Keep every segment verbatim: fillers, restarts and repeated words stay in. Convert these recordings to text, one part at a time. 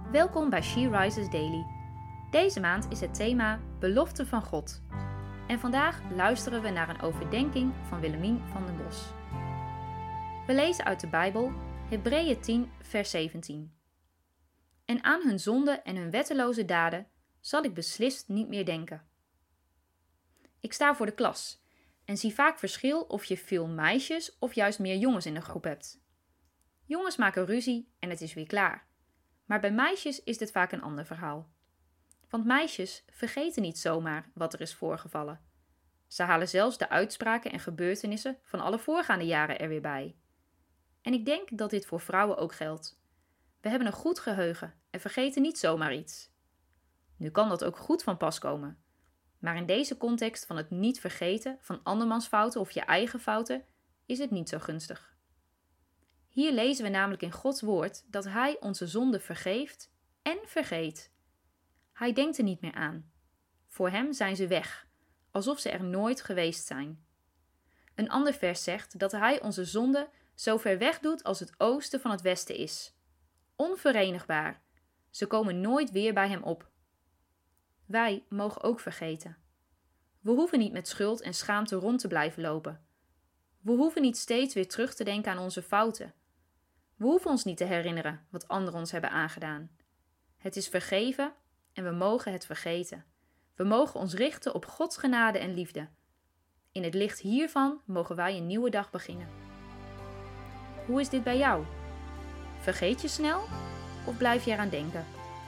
Welkom bij She Rises Daily. Deze maand is het thema Belofte van God. En vandaag luisteren we naar een overdenking van Willemien van den Bos. We lezen uit de Bijbel Hebreeën tien vers zeventien. En aan hun zonde en hun wetteloze daden zal ik beslist niet meer denken. Ik sta voor de klas en zie vaak verschil of je veel meisjes of juist meer jongens in de groep hebt. Jongens maken ruzie en het is weer klaar. Maar bij meisjes is dit vaak een ander verhaal. Want meisjes vergeten niet zomaar wat er is voorgevallen. Ze halen zelfs de uitspraken en gebeurtenissen van alle voorgaande jaren er weer bij. En ik denk dat dit voor vrouwen ook geldt. We hebben een goed geheugen en vergeten niet zomaar iets. Nu kan dat ook goed van pas komen. Maar in deze context van het niet vergeten van andermans fouten of je eigen fouten is het niet zo gunstig. Hier lezen we namelijk in Gods woord dat Hij onze zonden vergeeft en vergeet. Hij denkt er niet meer aan. Voor Hem zijn ze weg, alsof ze er nooit geweest zijn. Een ander vers zegt dat Hij onze zonden zo ver weg doet als het oosten van het westen is. Onverenigbaar. Ze komen nooit weer bij Hem op. Wij mogen ook vergeten. We hoeven niet met schuld en schaamte rond te blijven lopen. We hoeven niet steeds weer terug te denken aan onze fouten. We hoeven ons niet te herinneren wat anderen ons hebben aangedaan. Het is vergeven en we mogen het vergeten. We mogen ons richten op Gods genade en liefde. In het licht hiervan mogen wij een nieuwe dag beginnen. Hoe is dit bij jou? Vergeet je snel of blijf je eraan denken?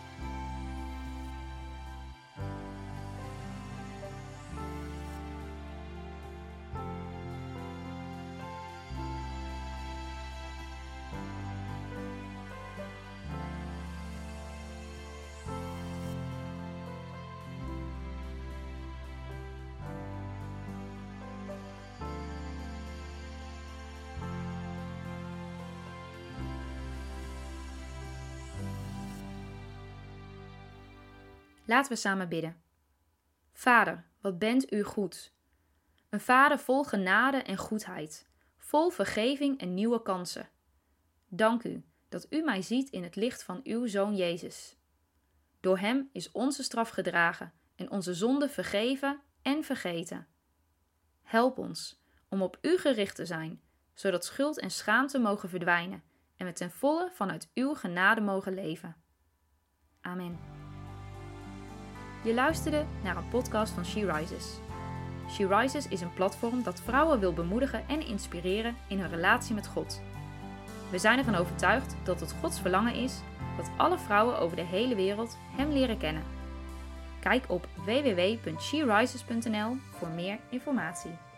Laten we samen bidden. Vader, wat bent u goed. Een vader vol genade en goedheid, vol vergeving en nieuwe kansen. Dank u dat u mij ziet in het licht van uw Zoon Jezus. Door hem is onze straf gedragen en onze zonde vergeven en vergeten. Help ons om op u gericht te zijn, zodat schuld en schaamte mogen verdwijnen en we ten volle vanuit uw genade mogen leven. Amen. Je luisterde naar een podcast van She Rises. She Rises is een platform dat vrouwen wil bemoedigen en inspireren in hun relatie met God. We zijn ervan overtuigd dat het Gods verlangen is dat alle vrouwen over de hele wereld Hem leren kennen. Kijk op w w w punt she rises punt n l voor meer informatie.